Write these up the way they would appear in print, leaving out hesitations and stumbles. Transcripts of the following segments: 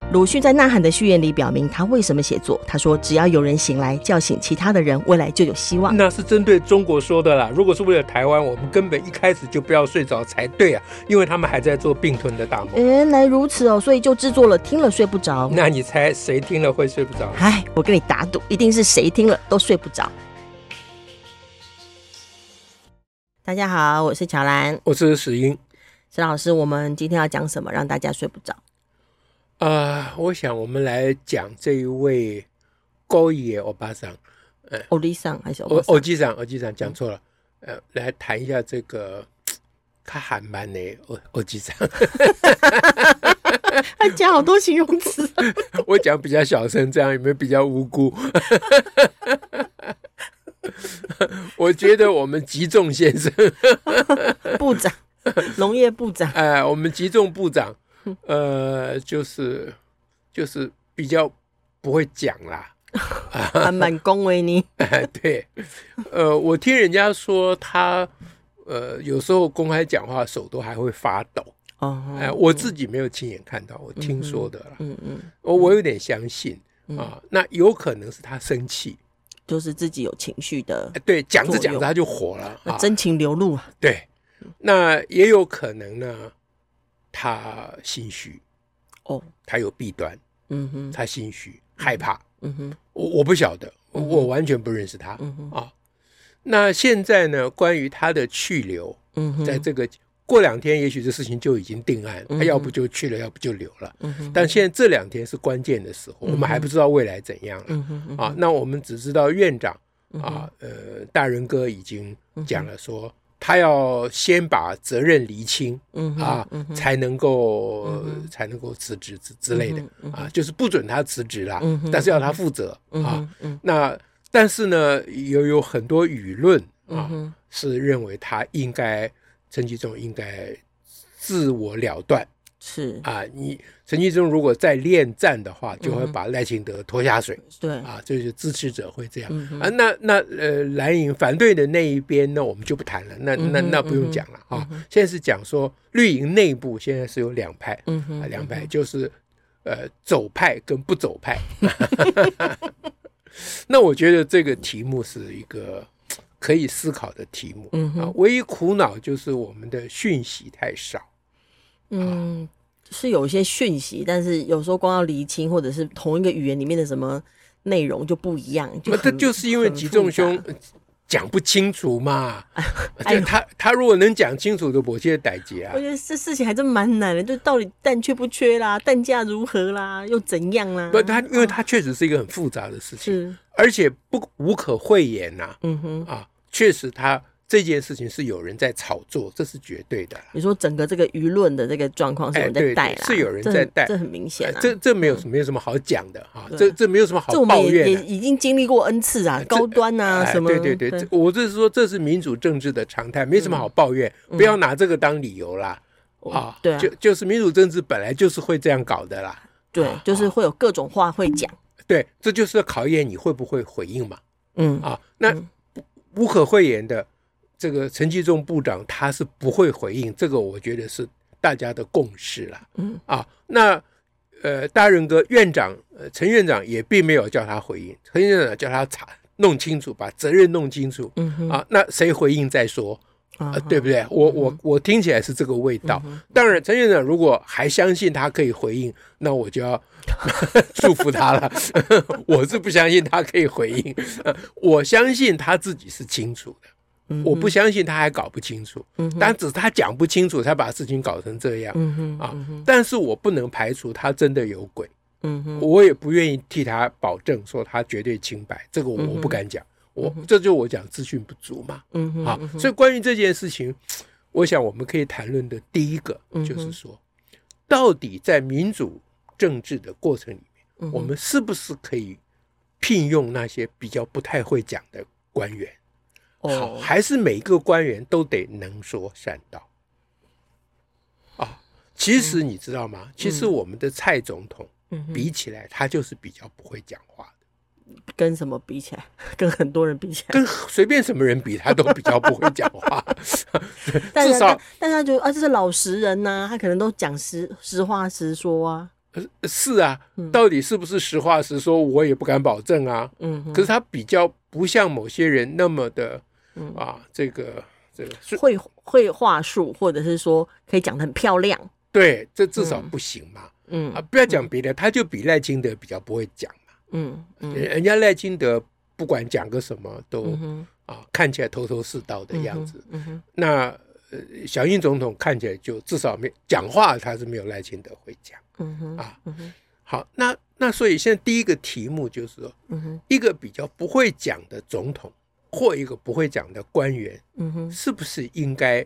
鲁迅在《呐喊》的序言里表明他为什么写作，他说只要有人醒来叫醒其他的人，未来就有希望。 那是针对中国说的啦，如果是为了台湾，我们根本一开始就不要睡着才对啊，因为他们还在做并吞的大梦。 原来如此哦，所以就制作了听了睡不着。 那你猜谁听了会睡不着？ 哎，我跟你打赌，一定是谁听了都睡不着。大家好，我是乔兰， 我是史英。 史老师，我们今天要讲什么让大家睡不着？ 我想我们来讲这一位高野欧巴桑， 欧丽桑还是欧巴桑？ 欧基桑讲错了，来谈一下这个他韩版的欧基桑。 他讲好多形容词， 我讲比较小声，这样有没有比较无辜？我觉得我们吉仲先生部长，农业部长， 我们吉仲部长，就是比较不会讲啦， 还蛮恭维你。 对，我听人家说他，有时候公开讲话手都还会发抖。我自己没有亲眼看到，我听说的啦。我有点相信啊，那有可能是他生气。 就是自己有情绪的， 对，讲着讲着他就火了， 真情流露啊。 对，那也有可能呢，他心虚，他有弊端，他心虚害怕，我不晓得，我完全不认识他，那现在呢，关于他的去留，在这个过2天也许这事情就已经定案，他要不就去了，要不就留了，但现在这2天是关键的时候，我们还不知道未来怎样了，那我们只知道院长大人哥已经讲了说，他要先把责任厘清才能够辞职之类的就是不准他辞职啦，但是要他负责那但是呢，有很多舆论是认为他应该。陈其仲应该自我了断， 是你陈其仲如果再恋战的话，就会把赖清德拖下水， 对就是支持者会这样那蓝营反对的那一边呢，我们就不谈了，那不用讲了现在是讲说绿营内部现在是有2派，2派就是走派跟不走派那我觉得这个题目是一个可以思考的题目唯一苦恼就是我们的讯息太少是有一些讯息，但是有时候光要厘清或者是同一个语言里面的什么内容就不一样， 这就是因为吉仲兄讲不清楚嘛他如果能讲清楚的我现在逮截我觉得这事情还真蛮难的，就到底弹缺不缺啦，弹价如何啦，又怎样啦因为它确实是一个很复杂的事情，而且无可讳言确实他这件事情是有人在炒作，这是绝对的。你说整个这个舆论的这个状况是有人在带啦， 是有人在带， 这很明显这没有什么好讲的这没有什么好抱怨的， 这我们也已经经历过 N 次高端什么对，我就是说这是民主政治的常态，没什么好抱怨，不要拿这个当理由啦对就是民主政治本来就是会这样搞的啦， 对就是会有各种话会讲， 对，这就是考验你会不会回应嘛那无可讳言的这个陈其仲部长他是不会回应，这个我觉得是大家的共识啦那大人哥院长陈院长也并没有叫他回应，陈院长叫他弄清楚，把责任弄清楚那谁回应再说对不对？我听起来是这个味道当然陈院长如果还相信他可以回应，那我就要祝福他了我是不相信他可以回应我相信他自己是清楚的我不相信他还搞不清楚但只是他讲不清楚才把事情搞成这样但是我不能排除他真的有鬼我也不愿意替他保证说他绝对清白，这个我不敢讲这就我讲资讯不足嘛所以关于这件事情我想我们可以谈论的第一个就是说到底在民主政治的过程里面我们是不是可以聘用那些比较不太会讲的官员还是每个官员都得能说善道其实你知道吗其实我们的蔡总统比起来他就是比较不会讲话的， 跟什么比起来？跟很多人比起来， 跟随便什么人比他都比较不会讲话至少但他就这是老实人他可能都讲实话实说是啊，到底是不是实话实说，我也不敢保证啊。可是他比较不像某些人那么的这个会话术，或者是说可以讲得很漂亮。 对，这至少不行嘛。不要讲别的，他就比赖清德比较不会讲嘛。人家赖清德不管讲个什么都看起来头头是道的样子。那小英总统看起来就至少没讲话，他是没有赖清德会讲。好，那所以现在第一个题目就是说，一个比较不会讲的总统或一个不会讲的官员，是不是应该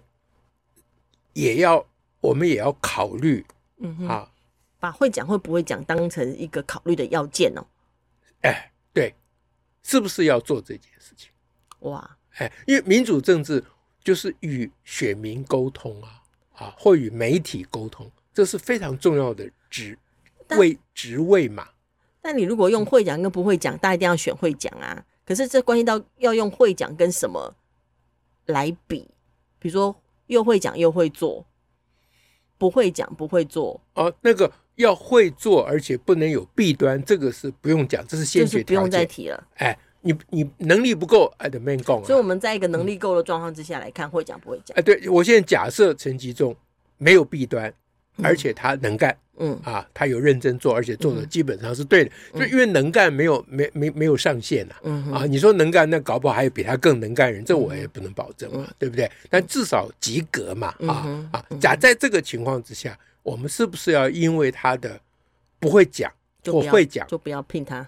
我们也要考虑把会讲会不会讲当成一个考虑的要件哦。 对，是不是要做这件事情？哇，因为民主政治就是与选民沟通或与媒体沟通，这是非常重要的职位嘛。 但你如果用会讲跟不会讲，大家一定要选会讲啊。可是这关系到要用会讲跟什么来比，比如说又会讲又会做，不会讲不会做。 那个要会做，而且不能有弊端，这个是不用讲，这是先决条件，就是不用再提了。 你能力不够，就没讲了。 所以我们在一个能力够的状况之下来看，会讲不会讲。 对，我现在假设陈吉仲没有弊端，而且他能干，他有认真做，而且做的基本上是对的。就因为能干没有上限你说能干，那搞不好还有比他更能干人，这我也不能保证嘛，对不对？但至少及格嘛，假在这个情况之下，我们是不是要因为他的不会讲或会讲， 就不要聘他？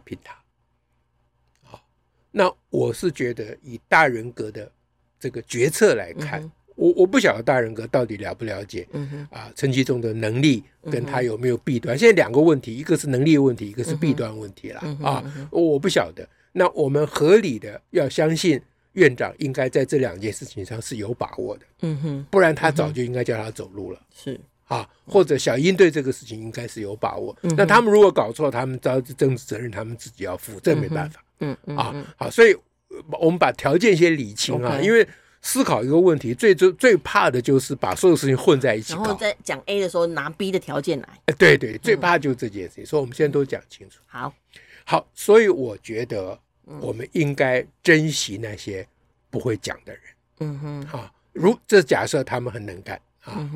那我是觉得以大人格的这个决策来看，我不晓得大人格到底了不了解陈吉仲的能力跟他有没有弊端。现在两个问题，一个是能力问题，一个是弊端问题啦。我不晓得。那我们合理的要相信院长应该在这两件事情上是有把握的，不然他早就应该叫他走路了。 是或者小英对这个事情应该是有把握。那他们如果搞错，他们招政治责任他们自己要负，这没办法。好，所以我们把条件先理清因为思考一个问题最怕的就是把所有事情混在一起搞， 然后在讲 A 的时候拿 B 的条件来。 对，最怕就是这件事情，所以我们现在都讲清楚。好，所以我觉得我们应该珍惜那些不会讲的人。这假设他们很能干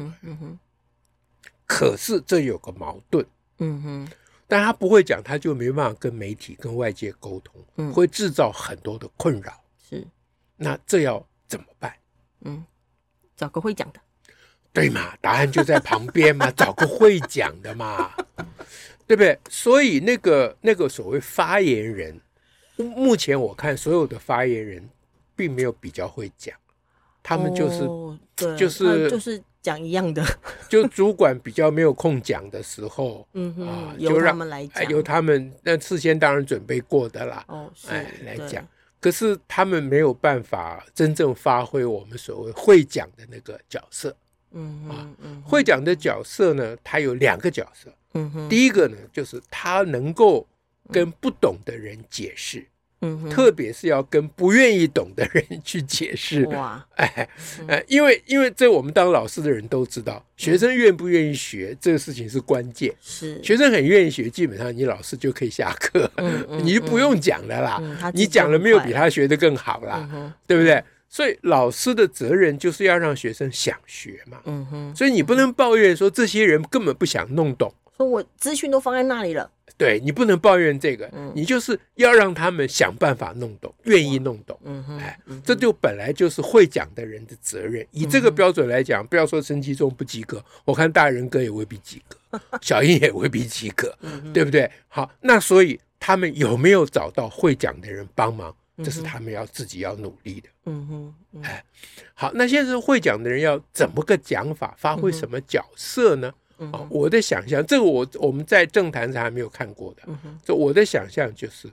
可是这有个矛盾。但他不会讲，他就没办法跟媒体跟外界沟通，会制造很多的困扰。那这要怎么办？ 找个会讲的。 对嘛，答案就在旁边嘛，找个会讲的嘛，对不对？所以那个所谓发言人，目前我看所有的发言人并没有比较会讲，他们就是讲一样的，就主管比较没有空讲的时候， 由他们来讲， 由他们那事先当然准备过的啦，来讲。可是他们没有办法真正发挥我们所谓会讲的那个角色。会讲的角色呢，他有两个角色。第一个呢，就是他能够跟不懂的人解释。特别是要跟不愿意懂的人去解释。因为这我们当老师的人都知道，学生愿不愿意学这个事情是关键。学生很愿意学，基本上你老师就可以下课，你就不用讲了啦。你讲了没有比他学得更好啦，对不对？所以老师的责任就是要让学生想学嘛。所以你不能抱怨说这些人根本不想弄懂， 说我资讯都放在那里了。 对，你不能抱怨这个，你就是要让他们想办法弄懂，愿意弄懂。这就本来就是会讲的人的责任。以这个标准来讲，不要说陈吉仲不及格，我看大人哥也未必及格，小英也未必及格，对不对？好，那所以他们有没有找到会讲的人帮忙，这是他们自己要努力的。好，那现在会讲的人要怎么个讲法，发挥什么角色呢？我的想象，这个我们在政坛上还没有看过的。这我的想象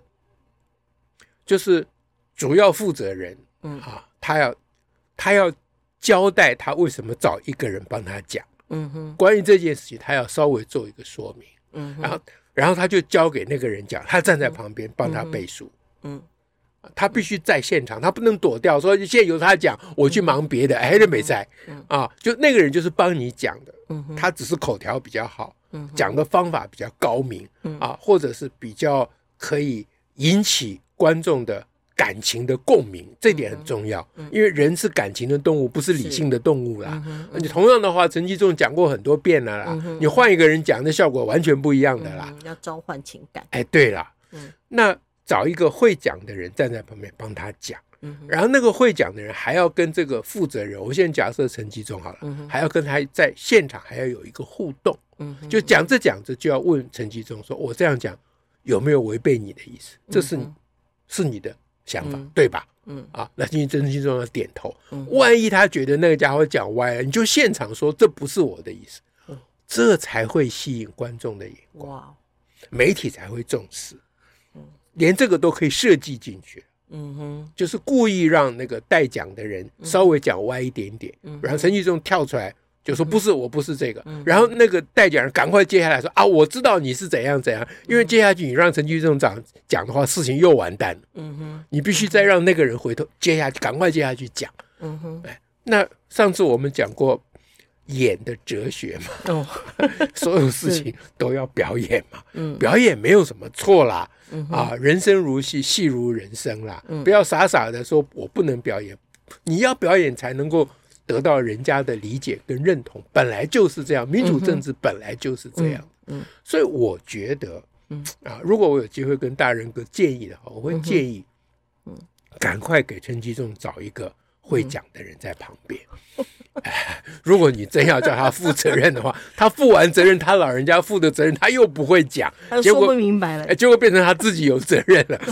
就是主要负责人他要交代他为什么找一个人帮他讲。关于这件事情，他要稍微做一个说明。然后他就交给那个人讲，他站在旁边帮他背书。他必须在现场，他不能躲掉说现在由他讲，我去忙别的，还是没在就那个人就是帮你讲的，他只是口条比较好， 讲的方法比较高明啊，或者是比较可以引起观众的感情的共鸣，这点很重要，因为人是感情的动物，不是理性的动物啦。你同样的话，陈其仲讲过很多遍了啦，你换一个人讲的效果完全不一样的啦。 要召唤情感。 哎，对啦，那找一个会讲的人站在旁边帮他讲，然后那个会讲的人还要跟这个负责人，我现在假设陈其仲好了，还要跟他在现场还要有一个互动，就讲着讲着就要问陈其仲说，我这样讲有没有违背你的意思？这是你的想法，对吧？那陈其仲要点头。万一他觉得那个家伙讲歪了，你就现场说这不是我的意思，这才会吸引观众的眼光，媒体才会重视。连这个都可以设计进去，就是故意让那个带讲的人稍微讲歪一点点，然后陈其仲跳出来就说不是，我不是这个，然后那个带讲人赶快接下来说啊，我知道你是怎样怎样，因为接下去你让陈其仲讲的话，事情又完蛋了，你必须再让那个人回头接下去，赶快接下去讲，那上次我们讲过演的哲学嘛，所有事情都要表演嘛，表演没有什么错啦，人生如戏，戏如人生啦，不要傻傻的说我不能表演，你要表演才能够得到人家的理解跟认同，本来就是这样，民主政治本来就是这样，所以我觉得如果我有机会跟大人哥建议的话，我会建议赶快给陈其仲找一个会讲的人在旁边。如果你真要叫他负责任的话，他负完责任，他老人家负的责任他又不会讲， 他就说不明白了， 结果变成他自己有责任了。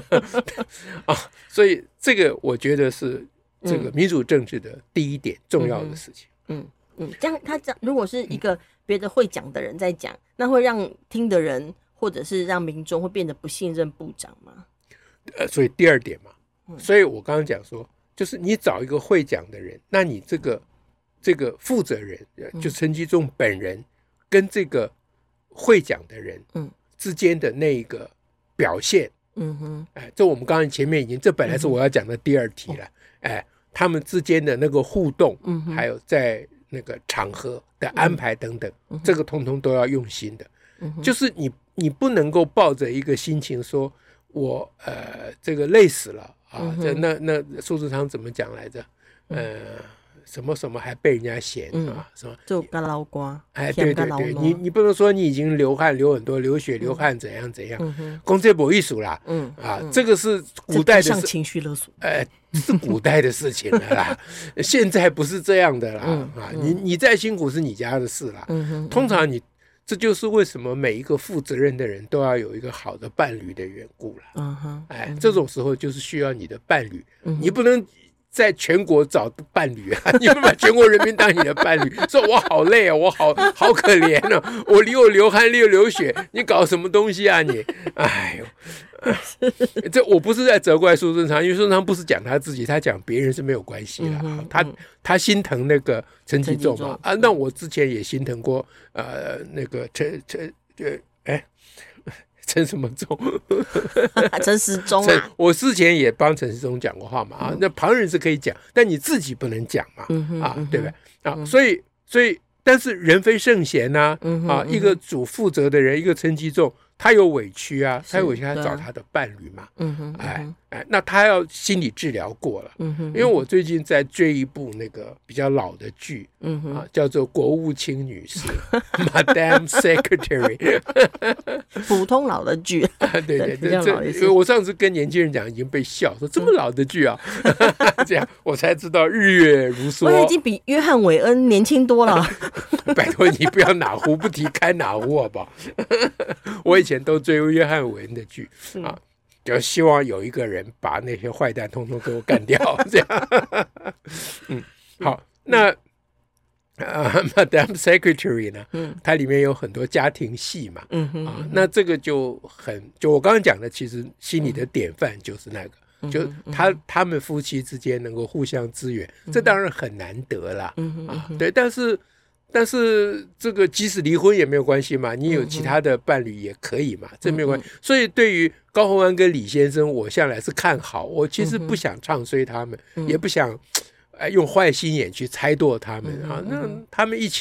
所以这个我觉得是这个民主政治的第一点重要的事情。 这样他讲，如果是一个别的会讲的人在讲，那会让听的人或者是让民众会变得不信任部长吗？ 所以第二点嘛，所以我刚刚讲说，就是你找一个会讲的人，那你这个负责人，就陈其仲本人跟这个会讲的人之间的那一个表现，这我们刚刚前面已经，这本来是我要讲的第二题了，他们之间的那个互动，还有在那个场合的安排等等，这个通通都要用心的，就是你不能够抱着一个心情说我这个累死了啊，那苏贞昌怎么讲来着？什么什么还被人家嫌啊？什么就干捞瓜？ 对，你不能说你已经流汗流很多，流血流汗怎样怎样，公这不艺术啦，这个是古代的像情绪勒索， 是古代的事情了啦，现在不是这样的啦，你再辛苦是你家的事啦，通常这就是为什么每一个负责任的人都要有一个好的伴侣的缘故了，这种时候就是需要你的伴侣，你不能在全国找伴侣啊！你们把全国人民当你的伴侣，说我好累啊，我好可怜啊，我流汗流血，你搞什么东西啊你？哎呦，这我不是在责怪苏贞昌，因为苏贞昌不是讲他自己，他讲别人是没有关系的。他心疼那个陈其仲嘛那我之前也心疼过那个陈什么忠？ 陈时中啊！ 我之前也帮陈时中讲过话嘛那旁人是可以讲，但你自己不能讲嘛对不对所以但是人非圣贤一个主负责的人，一个陈其仲，他有委屈啊，他有委屈，他找他的伴侣嘛那他要心理治疗过了因为我最近在追一部那个比较老的剧叫做国务卿女士Madam Secretary 普通老的剧对，我上次跟年轻人讲已经被笑说这么老的剧啊这样我才知道日月如梭， 我已经比约翰韦恩年轻多了拜托你不要哪壶不提开哪壶好不好我以前都追约翰韦恩的剧就希望有一个人把那些坏蛋通通给我干掉这样好那Madam Secretary 呢它里面有很多家庭戏嘛那这个就我刚刚讲的其实心里的典范就是那个就他们夫妻之间能够互相支援这当然很难得啦对但是这个即使离婚也没有关系嘛，你有其他的伴侣也可以嘛，这没有关系所以对于高虹安跟李先生我向来是看好，我其实不想唱衰他们也不想用坏心眼去猜度他们那他们一起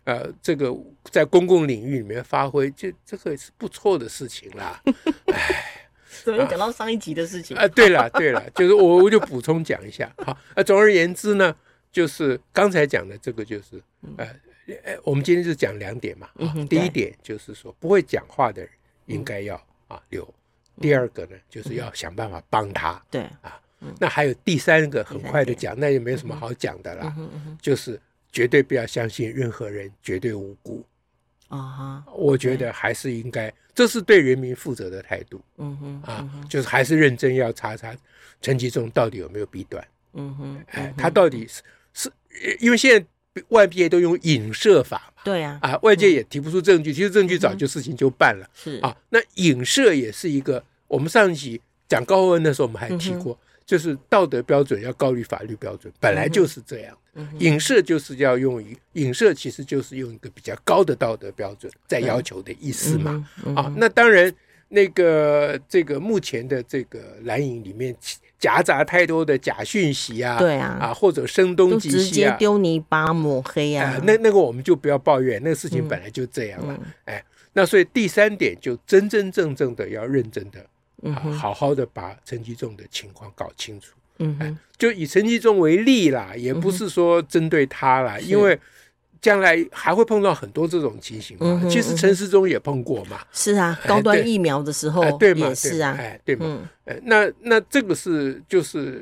这个在公共领域里面发挥，这个是不错的事情啦。 怎么又讲到上一集的事情对了，就是我就补充讲一下。好，总而言之呢，就是刚才讲的这个，就是我们今天就讲2点嘛。第一点就是说，不会讲话的人应该要留。第二个呢，就是要想办法帮他。 对啊，那还有第3个，很快的讲，那也没有什么好讲的啦，就是绝对不要相信任何人绝对无辜。我觉得还是应该，这是对人民负责的态度。就是还是认真要查查陈其仲到底有没有弊端。他到底是因为现在外界都用影射法嘛。 对啊， 外界也提不出证据，其实证据早就事情就办了。 是那影射也是一个，我们上一集讲高恩的时候我们还提过，就是道德标准要高于法律标准，本来就是这样的。影射就是要用影射，其实就是用一个比较高的道德标准在要求的意思嘛。那当然这个目前的这个蓝营里面夹杂太多的假讯息啊， 对啊， 或者声东击西啊， 直接丢泥巴抹黑啊， 那个我们就不要抱怨，那个事情本来就这样了。那所以第3点就真真正正的要认真的好好的把陈其仲的情况搞清楚。就以陈其仲为例啦，也不是说针对他啦，因为将来还会碰到很多这种情形嘛。其实陈时中也碰过嘛。 是啊，高端疫苗的时候也是啊。 对嘛。那这个是就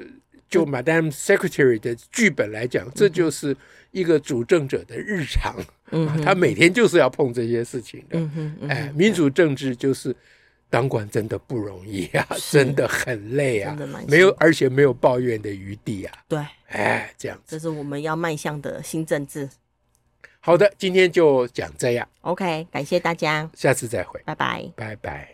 Madam Secretary 的剧本来讲，这就是一个主政者的日常。他每天就是要碰这些事情的。民主政治就是当官真的不容易啊，真的很累啊，而且没有抱怨的余地啊。 对， 这样子， 这是我们要迈向的新政治。 好的，今天就讲这样。 OK， 感谢大家， 下次再会， 拜拜， 拜拜。